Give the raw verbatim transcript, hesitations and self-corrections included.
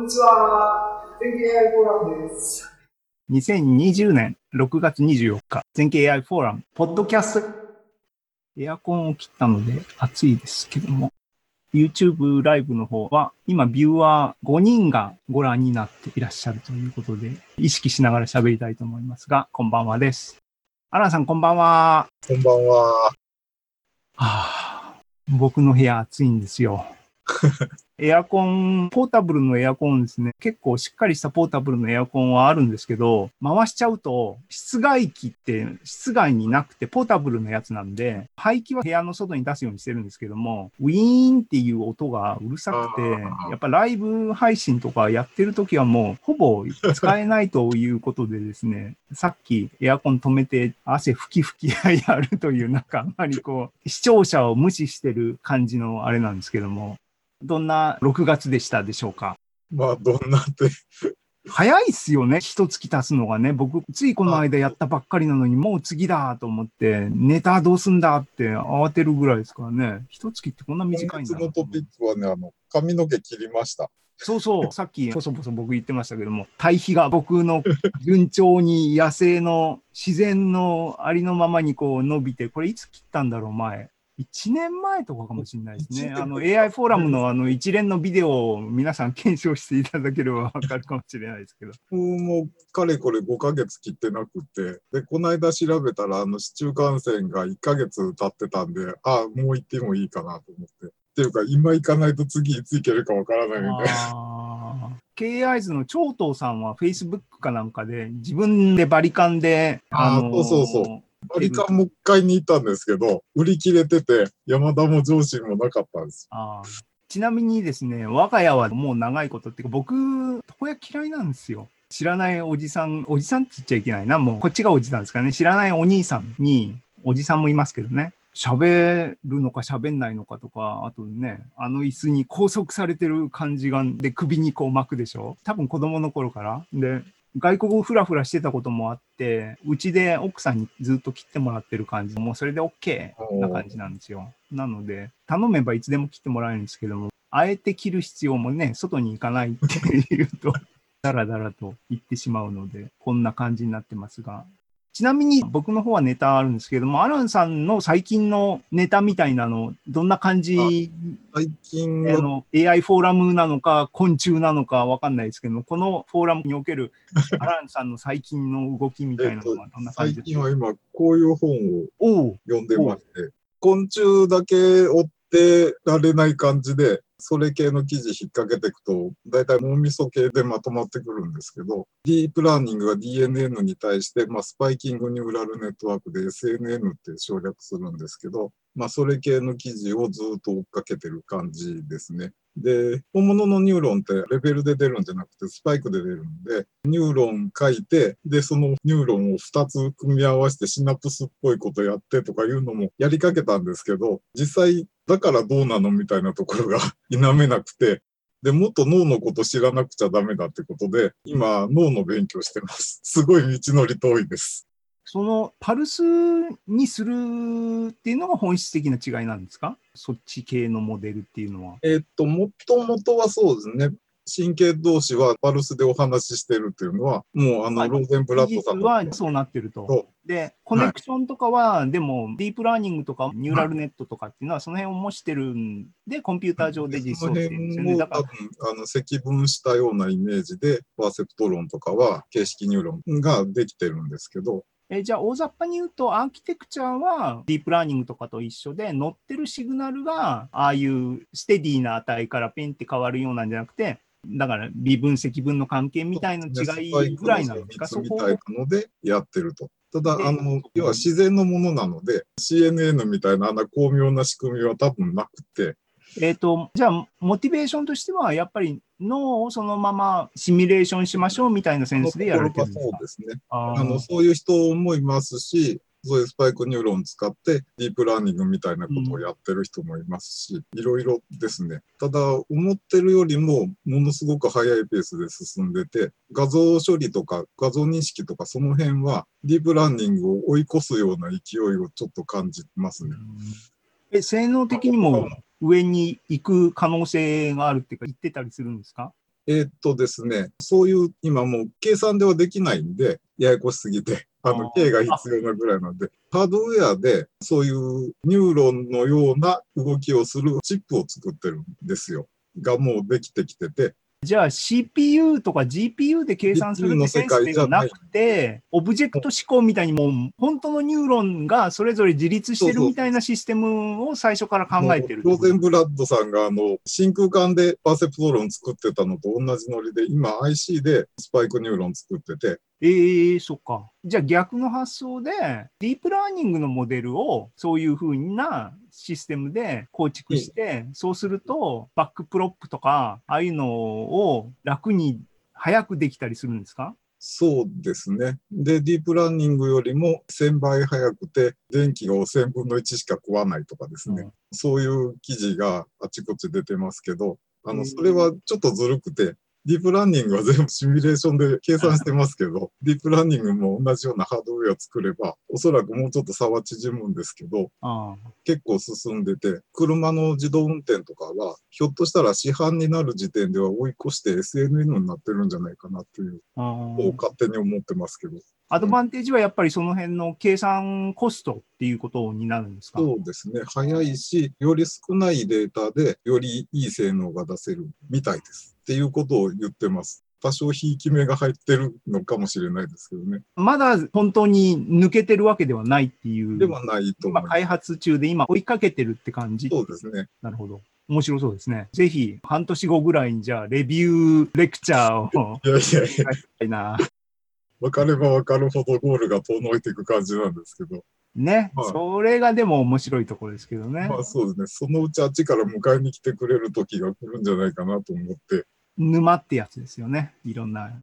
にちは。全景 エーアイ フォーラムです。 にせんにじゅうねんろくがつにじゅうよっか、全景 エーアイ フォーラム、ポッドキャスト。エアコンを切ったので暑いですけども、YouTube ライブの方は、今ビューワーごにんがご覧になっていらっしゃるということで、意識しながら喋りたいと思いますが、こんばんはです。アランさん、こんばんは。 こんばんは。はあ、僕の部屋暑いんですよ。エアコン、ポータブルのエアコンですね。結構しっかりしたポータブルのエアコンはあるんですけど、回しちゃうと、室外機って室外になくてポータブルのやつなんで、排気は部屋の外に出すようにしてるんですけども、ウィーンっていう音がうるさくて、やっぱライブ配信とかやってるときはもうほぼ使えないということでですね、さっきエアコン止めて汗ふきふきやるという、なんかあんまりこう、視聴者を無視してる感じのあれなんですけども、どんなろくがつでしたでしょうか？ まあ、どんなって。 早いっすよね、一月経つのがね。僕、ついこの間やったばっかりなのに、もう次だと思って、ネタどうすんだって慌てるぐらいですからね。一月ってこんな短いんだな。 今月のトピックはね、あの、髪の毛切りました。 そうそう、さっきポソポソ僕言ってましたけども、対比が僕の順調に野生の自然のありのままにこう伸びて、これいつ切ったんだろう、前。いちねんまえとかかもしれないですね。あの エーアイ フォーラムのあの一連のビデオを皆さん検証していただければわかるかもしれないですけど。 もうかれこれごかげつ切ってなくて、で、この間調べたら、あの、市中感染がいっかげつ経ってたんで、ああ、もう行ってもいいかなと思って。っていうか、今行かないと次いつ行けるかわからないので。 ケーアイズ の長東さんは Facebook かなんかで自分でバリカンで、 あのー、そうそうそう。バリカンもう一回に行ったんですけど、売り切れてて、山田も上司もなかったんです。 あちなみにですね、我が家はもう長いことっていうか、僕、床屋嫌いなんですよ。知らないおじさん、おじさんって言っちゃいけないな、もうこっちがおじさんですからね。知らないお兄さんに、おじさんもいますけどね。喋るのか喋んないのかとか、あとね、あの椅子に拘束されてる感じが、で、首にこう巻くでしょ。多分子供の頃から。で、外国をフラフラしてたこともあって、うちで奥さんにずっと切ってもらってる感じ、もうそれで OK な感じなんですよ。なので、頼めばいつでも切ってもらえるんですけども、あえて切る必要もね、外に行かないっていうと、だらだらと言ってしまうので、こんな感じになってますが。ちなみに僕の方はネタあるんですけども、アランさんの最近のネタみたいなの、どんな感じ？ 最近あの エーアイ フォーラムなのか、昆虫なのかわかんないですけども、このフォーラムにおけるアランさんの最近の動きみたいなのはどんな感じですか？ 最近は今、こういう本を読んでまして、昆虫だけ追ってられない感じで、それ系の記事引っ掛けていくと、だいたい脳みそ系でまとまってくるんですけど、ディープラーニングが ディーエヌエヌ に対して、まあ、スパイキングニューラルネットワークで エスエヌエヌ って省略するんですけど、まあ、それ系の記事をずっと追っかけてる感じですね。で、本物のニューロンってレベルで出るんじゃなくてスパイクで出るんで、ニューロン書いて、で、そのニューロンをふたつ組み合わせてシナプスっぽいことやってとかいうのもやりかけたんですけど、実際だからどうなのみたいなところが否めなくて、で、もっと脳のこと知らなくちゃダメだってことで、今脳の勉強してます。すごい道のり遠いです。 そのパルスにするっていうのが本質的な違いなんですか？そっち系のモデルっていうのは。 えっと、もともとはそうですね。神経同士はパルスでお話ししてるっていうのは、もうあの、まあ、ローゼンブラッドさんはそうなってると。で、コネクションとかは、はい、でも、ディープラーニングとかニューラルネットとかっていうのは、その辺を模してるんで、コンピューター上で実装してるんですよね。 だから、多分、あの、積分したようなイメージで、パーセプト論とかは、形式ニューロンができてるんですけど、 えじゃあ、大雑把に言うと、アーキテクチャはディープラーニングとかと一緒で、乗ってるシグナルが、ああいうステディな値からペンって変わるようなんじゃなくて、だから微分積分の関係みたいな違いぐらいなんですか？ そこみたいなのでやってると。ただ、あの、要は自然のものなので、シーエヌエヌ みたいなあんな巧妙な仕組みは多分なくて。 えっと、じゃあ、モチベーションとしては、やっぱり脳をそのままシミュレーションしましょうみたいなセンスでやられてるんですか？ そうですね。あの、そういう人もいますし、そういうスパイクニューロンを使ってディープラーニングみたいなことをやってる人もいますし、いろいろですね。ただ、思ってるよりもものすごく速いペースで進んでて、画像処理とか画像認識とかその辺はディープラーニングを追い越すような勢いをちょっと感じますね。 え、性能的にも上に行く可能性があるっていうか、言ってたりするんですか？ えーっとですね、そういう今もう計算ではできないんで、ややこしすぎて、あの、 あー K が必要なぐらいなんで、ハードウェアでそういうニューロンのような動きをするチップを作ってるんですよ。がもうできてきてて、 じゃあ シーピーユー とか ジーピーユー で計算するジーピーユー の世ってセンス界じゃな。 ではないくて、オブジェクト思考みたいにもう本当のニューロンがそれぞれ自立してるみたいなシステムを最初から考えてるってこと。 ローゼンブラッドさんがあの真空管でパーセプトロン作ってたのと同じノリで、今 アイシー でスパイクニューロン作ってて、 ええー、そっか。じゃあ逆の発想で、ディープラーニングのモデルをそういう風なシステムで構築して、うん、そうするとバックプロップとか、ああいうのを楽に早くできたりするんですか？ そうですね。で、ディープラーニングよりもせんばい早くて、電気をせんぶんのいちしか食わないとかですね。うん、そういう記事があちこち出てますけど、あの、それはちょっとずるくて、ディープラーニングは全部シミュレーションで計算してますけど、ディープラーニングも同じようなハードウェアを作れば、おそらくもうちょっと差は縮むんですけど、 ああ結構進んでて、車の自動運転とかは、ひょっとしたら市販になる時点では追い越して エスエヌエヌ になってるんじゃないかなっていう、を勝手に思ってますけど。 アドバンテージはやっぱりその辺の計算コストっていうことになるんですか？ そうですね。早いし、より少ないデータでよりいい性能が出せるみたいです。っていうことを言ってます。多少ひいき目が入ってるのかもしれないですけどね。 まだ本当に抜けてるわけではないっていう。 ではないと思います。 まあ、開発中で今追いかけてるって感じ。 そうですね。 なるほど。面白そうですね。ぜひ半年後ぐらいにじゃあレビューレクチャーを。 いやいやいや。 たいな。 分かれば分かるほどゴールが遠のいていく感じなんですけど。 ね、 まあ、 それがでも面白いところですけどね。 まあそうですね。そのうちあっちから迎えに来てくれる時が来るんじゃないかなと思って。 沼ってやつですよね。いろんな